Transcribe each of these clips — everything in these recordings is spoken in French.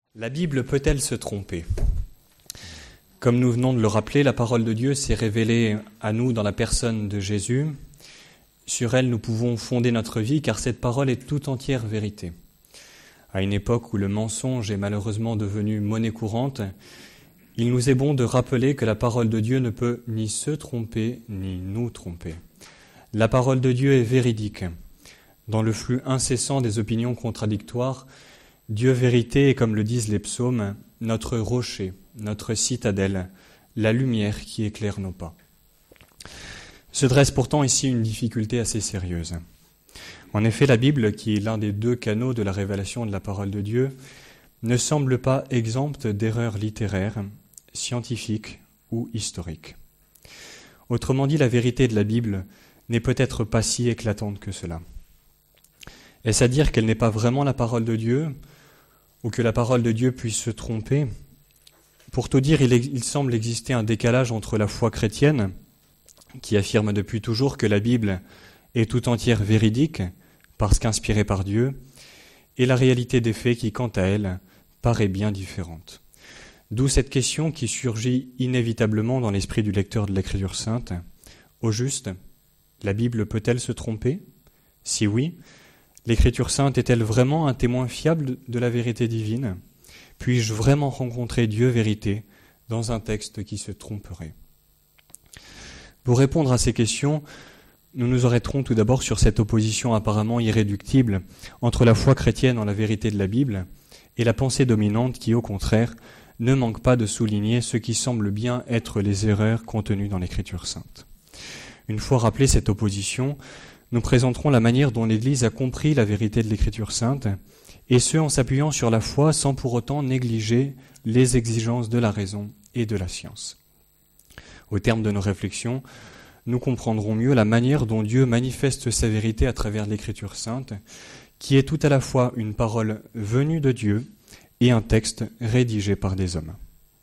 La Bible peut-elle se tromper ? Comme nous venons de le rappeler, la parole de Dieu s'est révélée à nous dans la personne de Jésus. Sur elle, nous pouvons fonder notre vie, car cette parole est tout entière vérité. À une époque où le mensonge est malheureusement devenu monnaie courante, il nous est bon de rappeler que la parole de Dieu ne peut ni se tromper, ni nous tromper. La parole de Dieu est véridique. Dans le flux incessant des opinions contradictoires, Dieu vérité est, comme le disent les psaumes, notre rocher, notre citadelle, la lumière qui éclaire nos pas. Se dresse pourtant ici une difficulté assez sérieuse. En effet, la Bible, qui est l'un des deux canaux de la révélation de la parole de Dieu, ne semble pas exempte d'erreurs littéraires, scientifiques ou historiques. Autrement dit, la vérité de la Bible n'est peut-être pas si éclatante que cela. Est-ce à dire qu'elle n'est pas vraiment la parole de Dieu, ou que la parole de Dieu puisse se tromper ? Pour tout dire, il semble exister un décalage entre la foi chrétienne, qui affirme depuis toujours que la Bible est tout entière véridique, parce qu'inspirée par Dieu, et la réalité des faits qui, quant à elle, paraît bien différente. D'où cette question qui surgit inévitablement dans l'esprit du lecteur de l'Écriture sainte. Au juste, la Bible peut-elle se tromper ? Si oui, l'Écriture sainte est-elle vraiment un témoin fiable de la vérité divine ? Puis-je vraiment rencontrer Dieu vérité dans un texte qui se tromperait ? Pour répondre à ces questions, nous nous arrêterons tout d'abord sur cette opposition apparemment irréductible entre la foi chrétienne en la vérité de la Bible et la pensée dominante qui, au contraire, ne manque pas de souligner ce qui semble bien être les erreurs contenues dans l'Écriture sainte. Une fois rappelée cette opposition, nous présenterons la manière dont l'Église a compris la vérité de l'Écriture sainte, et ce en s'appuyant sur la foi sans pour autant négliger les exigences de la raison et de la science. Au terme de nos réflexions, nous comprendrons mieux la manière dont Dieu manifeste sa vérité à travers l'Écriture sainte, qui est tout à la fois une parole venue de Dieu et un texte rédigé par des hommes.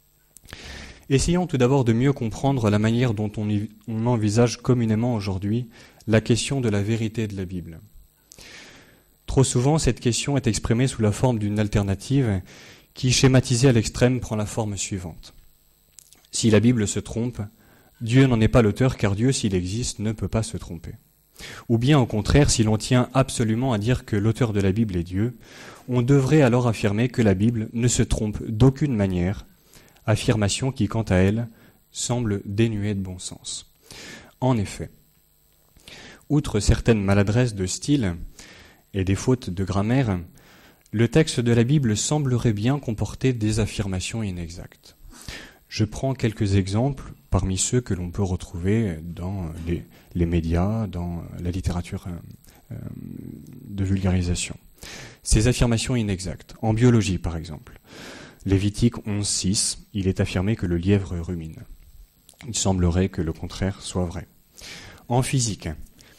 Essayons tout d'abord de mieux comprendre la manière dont on envisage communément aujourd'hui la question de la vérité de la Bible. Trop souvent, cette question est exprimée sous la forme d'une alternative qui, schématisée à l'extrême, prend la forme suivante. Si la Bible se trompe, Dieu n'en est pas l'auteur, car Dieu, s'il existe, ne peut pas se tromper. Ou bien, au contraire, si l'on tient absolument à dire que l'auteur de la Bible est Dieu, on devrait alors affirmer que la Bible ne se trompe d'aucune manière, affirmation qui, quant à elle, semble dénuée de bon sens. En effet, outre certaines maladresses de style et des fautes de grammaire, le texte de la Bible semblerait bien comporter des affirmations inexactes. Je prends quelques exemples parmi ceux que l'on peut retrouver dans les médias, dans la littérature de vulgarisation. Ces affirmations inexactes, en biologie par exemple, Lévitique 11.6, il est affirmé que le lièvre rumine. Il semblerait que le contraire soit vrai. En physique,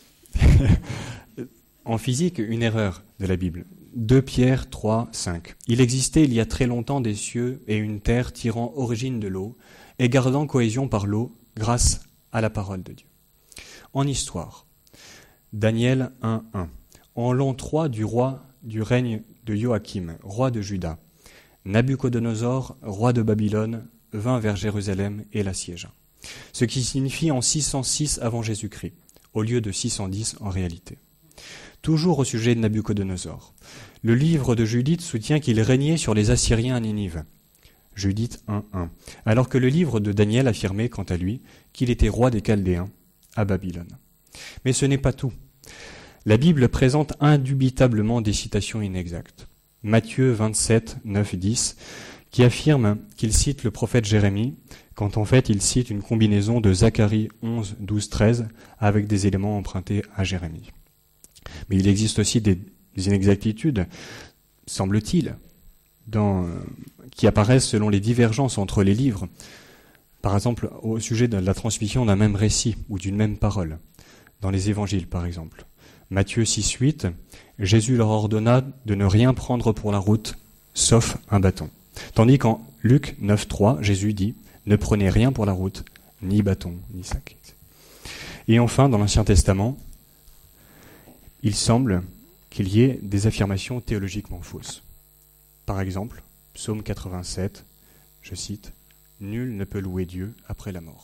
une erreur de la Bible. 2 Pierre 3, 5. Il existait il y a très longtemps des cieux et une terre tirant origine de l'eau et gardant cohésion par l'eau grâce à la parole de Dieu. En histoire, Daniel 1, 1. En l'an 3 du règne de Joachim, roi de Juda, Nabuchodonosor, roi de Babylone, vint vers Jérusalem et l'assiégea. Ce qui signifie en 606 avant Jésus-Christ, au lieu de 610 en réalité. Toujours au sujet de Nabuchodonosor, le livre de Judith soutient qu'il régnait sur les Assyriens à Ninive. Judith 1.1. Alors que le livre de Daniel affirmait, quant à lui, qu'il était roi des Chaldéens à Babylone. Mais ce n'est pas tout. La Bible présente indubitablement des citations inexactes. Matthieu 27, 9, 10, qui affirme qu'il cite le prophète Jérémie, quand en fait il cite une combinaison de Zacharie 11, 12, 13, avec des éléments empruntés à Jérémie. Mais il existe aussi des inexactitudes, semble-t-il, qui apparaissent selon les divergences entre les livres. Par exemple, au sujet de la transmission d'un même récit ou d'une même parole, dans les évangiles par exemple. Matthieu 6, 8, Jésus leur ordonna de ne rien prendre pour la route, sauf un bâton. Tandis qu'en Luc 9, 3, Jésus dit « Ne prenez rien pour la route, ni bâton, ni sac. » Et enfin, dans l'Ancien Testament, il semble qu'il y ait des affirmations théologiquement fausses. Par exemple, Psaume 87, je cite, « Nul ne peut louer Dieu après la mort ».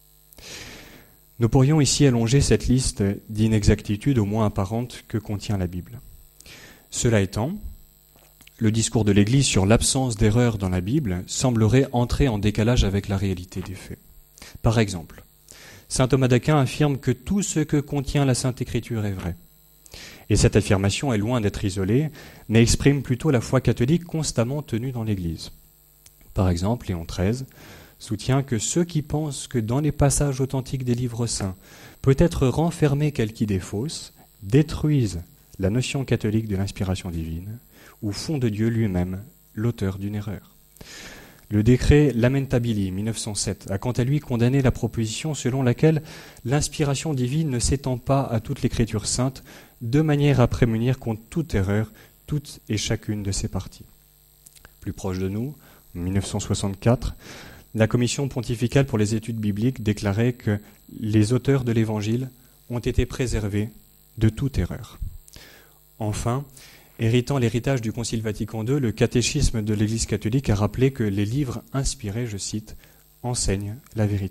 Nous pourrions ici allonger cette liste d'inexactitudes au moins apparentes que contient la Bible. Cela étant, le discours de l'Église sur l'absence d'erreur dans la Bible semblerait entrer en décalage avec la réalité des faits. Par exemple, saint Thomas d'Aquin affirme que tout ce que contient la Sainte Écriture est vrai. Et cette affirmation est loin d'être isolée, mais exprime plutôt la foi catholique constamment tenue dans l'Église. Par exemple, Léon XIII soutient que ceux qui pensent que dans les passages authentiques des livres saints peut être renfermée quelque idée fausse, détruisent la notion catholique de l'inspiration divine, ou font de Dieu lui-même l'auteur d'une erreur. Le décret Lamentabili 1907 a quant à lui condamné la proposition selon laquelle l'inspiration divine ne s'étend pas à toute l'écriture sainte, de manière à prémunir contre toute erreur, toute et chacune de ses parties. Plus proche de nous, en 1964, la Commission pontificale pour les études bibliques déclarait que les auteurs de l'Évangile ont été préservés de toute erreur. Enfin, héritant l'héritage du Concile Vatican II, le catéchisme de l'Église catholique a rappelé que les livres inspirés, je cite, « enseignent la vérité ».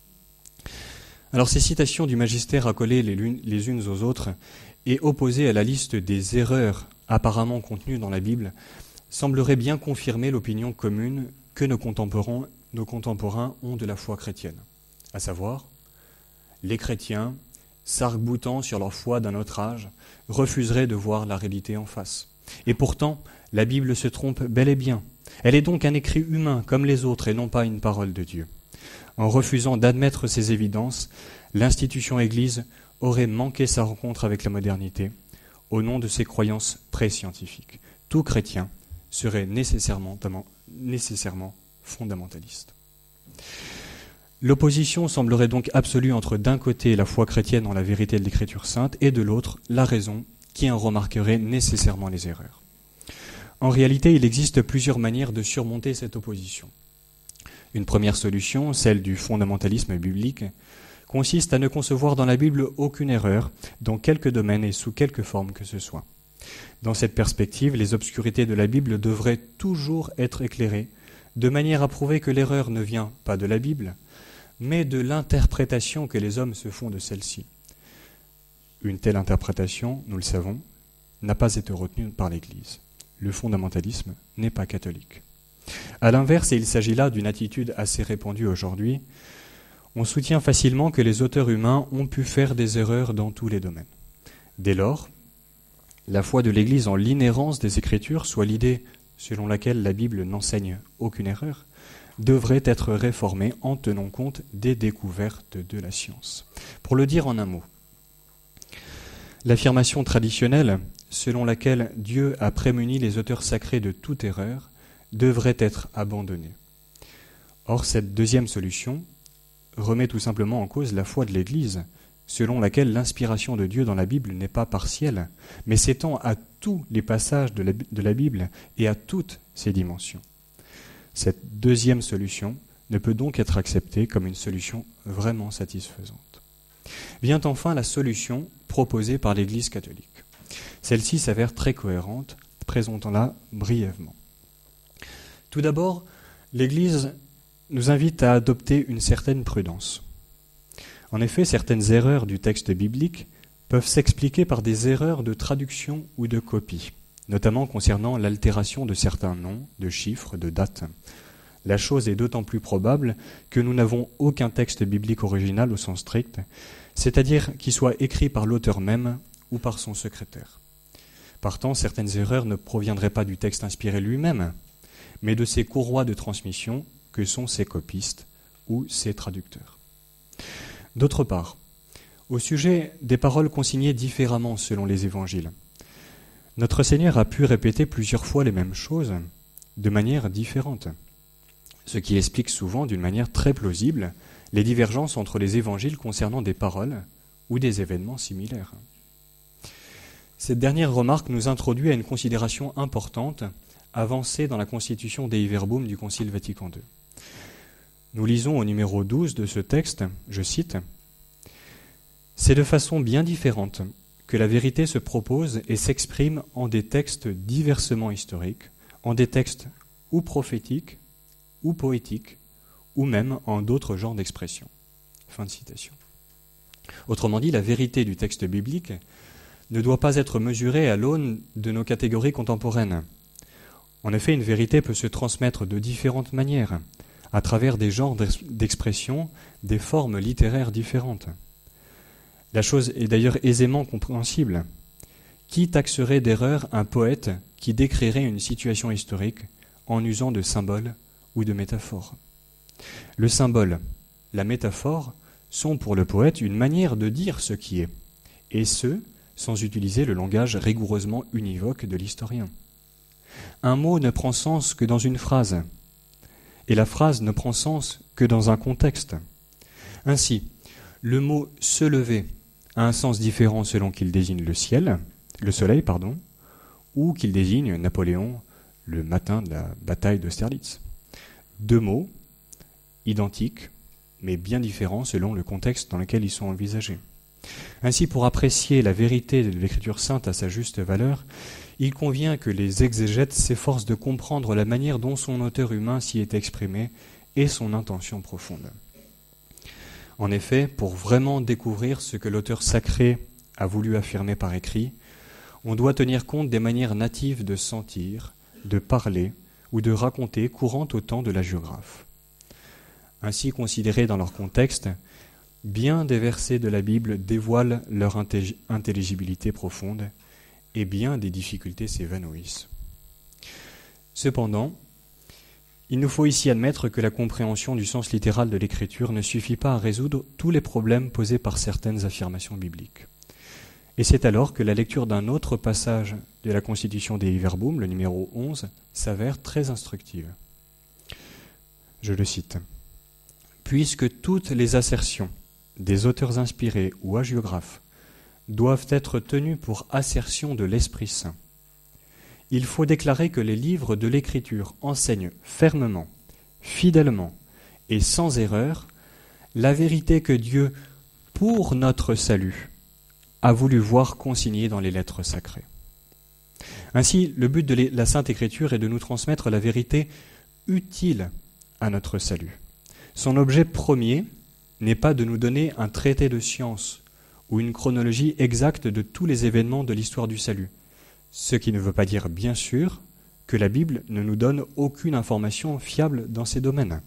Alors ces citations du magistère accolées les unes aux autres et opposées à la liste des erreurs apparemment contenues dans la Bible sembleraient bien confirmer l'opinion commune que nos contemporains ont de la foi chrétienne, à savoir, les chrétiens, s'arc-boutant sur leur foi d'un autre âge, refuseraient de voir la réalité en face. Et pourtant, la Bible se trompe bel et bien. Elle est donc un écrit humain comme les autres et non pas une parole de Dieu. En refusant d'admettre ces évidences, l'institution Église aurait manqué sa rencontre avec la modernité au nom de ses croyances pré-scientifiques. Tout chrétien serait nécessairement fondamentaliste. L'opposition semblerait donc absolue entre d'un côté la foi chrétienne en la vérité de l'Écriture sainte et de l'autre la raison qui en remarquerait nécessairement les erreurs. En réalité, il existe plusieurs manières de surmonter cette opposition. Une première solution, celle du fondamentalisme biblique, consiste à ne concevoir dans la Bible aucune erreur, dans quelque domaine et sous quelque forme que ce soit. Dans cette perspective, les obscurités de la Bible devraient toujours être éclairées, de manière à prouver que l'erreur ne vient pas de la Bible, mais de l'interprétation que les hommes se font de celle-ci. Une telle interprétation, nous le savons, n'a pas été retenue par l'Église. Le fondamentalisme n'est pas catholique. À l'inverse, et il s'agit là d'une attitude assez répandue aujourd'hui, on soutient facilement que les auteurs humains ont pu faire des erreurs dans tous les domaines. Dès lors, la foi de l'Église en l'inhérence des Écritures, soit l'idée selon laquelle la Bible n'enseigne aucune erreur, devrait être réformée en tenant compte des découvertes de la science. Pour le dire en un mot, l'affirmation traditionnelle selon laquelle Dieu a prémuni les auteurs sacrés de toute erreur devrait être abandonnée. Or, cette deuxième solution remet tout simplement en cause la foi de l'Église, selon laquelle l'inspiration de Dieu dans la Bible n'est pas partielle, mais s'étend à tous les passages de la Bible et à toutes ses dimensions. Cette deuxième solution ne peut donc être acceptée comme une solution vraiment satisfaisante. Vient enfin la solution proposée par l'Église catholique. Celle-ci s'avère très cohérente, présentons-la brièvement. Tout d'abord, l'Église nous invite à adopter une certaine prudence. En effet, certaines erreurs du texte biblique peuvent s'expliquer par des erreurs de traduction ou de copie, notamment concernant l'altération de certains noms, de chiffres, de dates. La chose est d'autant plus probable que nous n'avons aucun texte biblique original au sens strict, c'est-à-dire qui soit écrit par l'auteur même ou par son secrétaire. Partant, certaines erreurs ne proviendraient pas du texte inspiré lui-même, mais de ses courroies de transmission que sont ses copistes ou ses traducteurs. D'autre part, au sujet des paroles consignées différemment selon les évangiles, notre Seigneur a pu répéter plusieurs fois les mêmes choses de manière différente, ce qui explique souvent d'une manière très plausible les divergences entre les évangiles concernant des paroles ou des événements similaires. Cette dernière remarque nous introduit à une considération importante avancée dans la constitution Dei Verbum du Concile Vatican II. Nous lisons au numéro 12 de ce texte, je cite, « C'est de façon bien différente que la vérité se propose et s'exprime en des textes diversement historiques, en des textes ou prophétique, ou poétique, ou même en d'autres genres d'expressions. » Fin de citation. Autrement dit, la vérité du texte biblique ne doit pas être mesurée à l'aune de nos catégories contemporaines. En effet, une vérité peut se transmettre de différentes manières, à travers des genres d'expression, des formes littéraires différentes. La chose est d'ailleurs aisément compréhensible. Qui taxerait d'erreur un poète qui décrirait une situation historique en usant de symboles ou de métaphores ? Le symbole, la métaphore, sont pour le poète une manière de dire ce qui est, et ce, sans utiliser le langage rigoureusement univoque de l'historien. Un mot ne prend sens que dans une phrase, et la phrase ne prend sens que dans un contexte. Ainsi, le mot « se lever » a un sens différent selon qu'il désigne le soleil, ou qu'il désigne Napoléon le matin de la bataille d'Austerlitz. Deux mots, identiques, mais bien différents selon le contexte dans lequel ils sont envisagés. Ainsi, pour apprécier la vérité de l'Écriture sainte à sa juste valeur, il convient que les exégètes s'efforcent de comprendre la manière dont son auteur humain s'y est exprimé et son intention profonde. En effet, pour vraiment découvrir ce que l'auteur sacré a voulu affirmer par écrit, on doit tenir compte des manières natives de sentir, de parler ou de raconter courantes au temps de l'hagiographe. Ainsi considérés dans leur contexte, bien des versets de la Bible dévoilent leur intelligibilité profonde et bien des difficultés s'évanouissent. Cependant, il nous faut ici admettre que la compréhension du sens littéral de l'Écriture ne suffit pas à résoudre tous les problèmes posés par certaines affirmations bibliques. Et c'est alors que la lecture d'un autre passage de la Constitution Dei Verbum, le numéro 11, s'avère très instructive. Je le cite. « Puisque toutes les assertions des auteurs inspirés ou hagiographes doivent être tenues pour assertions de l'Esprit Saint, il faut déclarer que les livres de l'Écriture enseignent fermement, fidèlement et sans erreur la vérité que Dieu, pour notre salut, a voulu voir consignée dans les lettres sacrées. » Ainsi, le but de la Sainte Écriture est de nous transmettre la vérité utile à notre salut. Son objet premier n'est pas de nous donner un traité de science ou une chronologie exacte de tous les événements de l'histoire du salut, ce qui ne veut pas dire, bien sûr, que la Bible ne nous donne aucune information fiable dans ces domaines.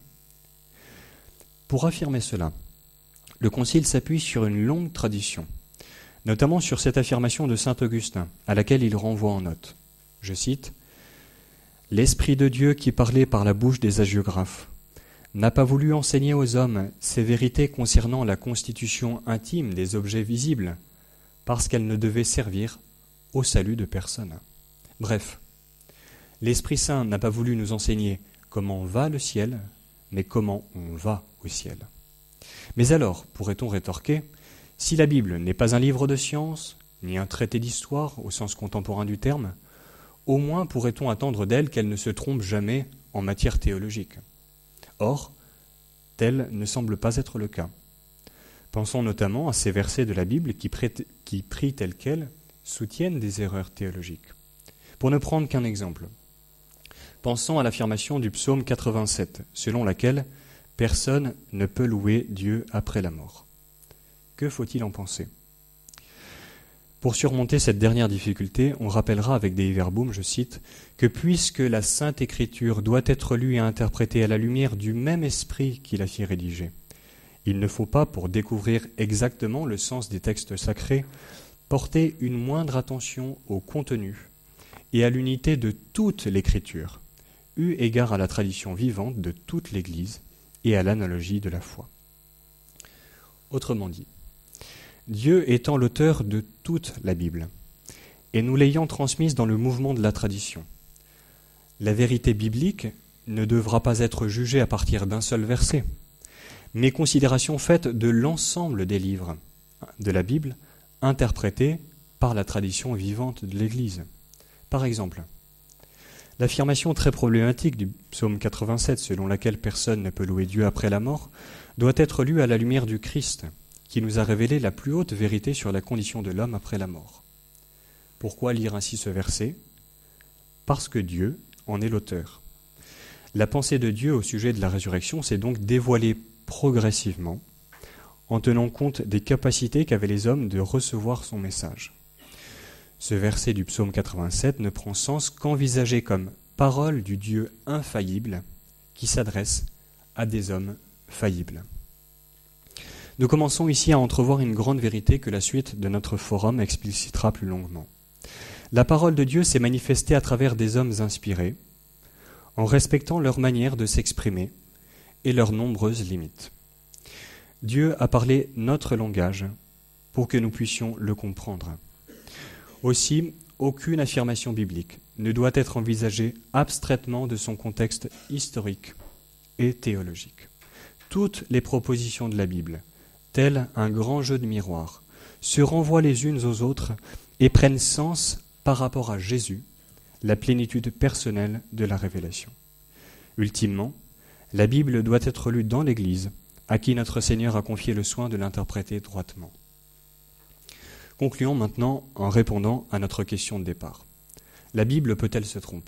Pour affirmer cela, le Concile s'appuie sur une longue tradition, notamment sur cette affirmation de saint Augustin, à laquelle il renvoie en note. Je cite, « L'Esprit de Dieu qui parlait par la bouche des hagiographes n'a pas voulu enseigner aux hommes ces vérités concernant la constitution intime des objets visibles, parce qu'elles ne devaient servir au salut de personne. » Bref, l'Esprit Saint n'a pas voulu nous enseigner comment va le ciel, mais comment on va au ciel. Mais alors, pourrait-on rétorquer, si la Bible n'est pas un livre de science, ni un traité d'histoire au sens contemporain du terme, au moins pourrait-on attendre d'elle qu'elle ne se trompe jamais en matière théologique. Or, tel ne semble pas être le cas. Pensons notamment à ces versets de la Bible qui, pris tels quels, soutiennent des erreurs théologiques. Pour ne prendre qu'un exemple, pensons à l'affirmation du psaume 87, selon laquelle « Personne ne peut louer Dieu après la mort ». Que faut-il en penser ? Pour surmonter cette dernière difficulté, on rappellera avec Dei Verbum, je cite, que puisque la Sainte Écriture doit être lue et interprétée à la lumière du même esprit qui l'a fit rédiger, il ne faut pas, pour découvrir exactement le sens des textes sacrés, porter une moindre attention au contenu et à l'unité de toute l'Écriture, eu égard à la tradition vivante de toute l'Église et à l'analogie de la foi. Autrement dit, Dieu étant l'auteur de toute la Bible, et nous l'ayant transmise dans le mouvement de la tradition, la vérité biblique ne devra pas être jugée à partir d'un seul verset, mais considération faite de l'ensemble des livres de la Bible interprétés par la tradition vivante de l'Église. Par exemple, l'affirmation très problématique du psaume 87, selon laquelle personne ne peut louer Dieu après la mort, doit être lue à la lumière du Christ, qui nous a révélé la plus haute vérité sur la condition de l'homme après la mort. Pourquoi lire ainsi ce verset ? Parce que Dieu en est l'auteur. La pensée de Dieu au sujet de la résurrection s'est donc dévoilée progressivement, en tenant compte des capacités qu'avaient les hommes de recevoir son message. Ce verset du psaume 87 ne prend sens qu'envisagé comme parole du Dieu infaillible qui s'adresse à des hommes faillibles. Nous commençons ici à entrevoir une grande vérité que la suite de notre forum explicitera plus longuement. La parole de Dieu s'est manifestée à travers des hommes inspirés, en respectant leur manière de s'exprimer et leurs nombreuses limites. Dieu a parlé notre langage pour que nous puissions le comprendre. Aussi, aucune affirmation biblique ne doit être envisagée abstraitement de son contexte historique et théologique. Toutes les propositions de la Bible, tel un grand jeu de miroirs, se renvoient les unes aux autres et prennent sens par rapport à Jésus, la plénitude personnelle de la révélation. Ultimement, la Bible doit être lue dans l'Église, à qui notre Seigneur a confié le soin de l'interpréter droitement. Concluons maintenant en répondant à notre question de départ. La Bible peut-elle se tromper ?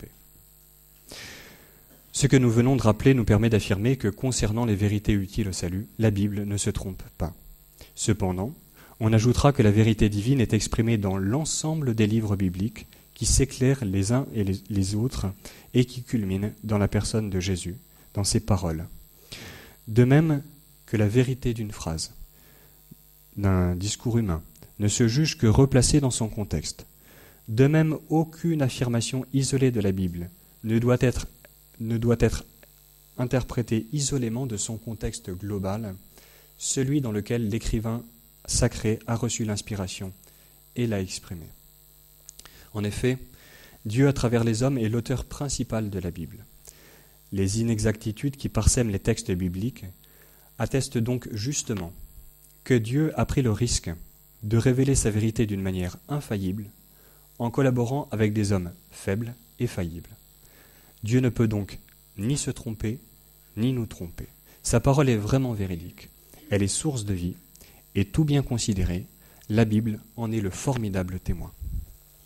Ce que nous venons de rappeler nous permet d'affirmer que concernant les vérités utiles au salut, la Bible ne se trompe pas. Cependant, on ajoutera que la vérité divine est exprimée dans l'ensemble des livres bibliques qui s'éclairent les uns et les autres et qui culminent dans la personne de Jésus, dans ses paroles. De même que la vérité d'une phrase, d'un discours humain, ne se juge que replacée dans son contexte. De même, aucune affirmation isolée de la Bible ne doit être interprétée isolément de son contexte global, celui dans lequel l'écrivain sacré a reçu l'inspiration et l'a exprimée. En effet, Dieu à travers les hommes est l'auteur principal de la Bible. Les inexactitudes qui parsèment les textes bibliques attestent donc justement que Dieu a pris le risque de révéler sa vérité d'une manière infaillible en collaborant avec des hommes faibles et faillibles. Dieu ne peut donc ni se tromper, ni nous tromper. Sa parole est vraiment véridique. Elle est source de vie, et tout bien considéré, la Bible en est le formidable témoin.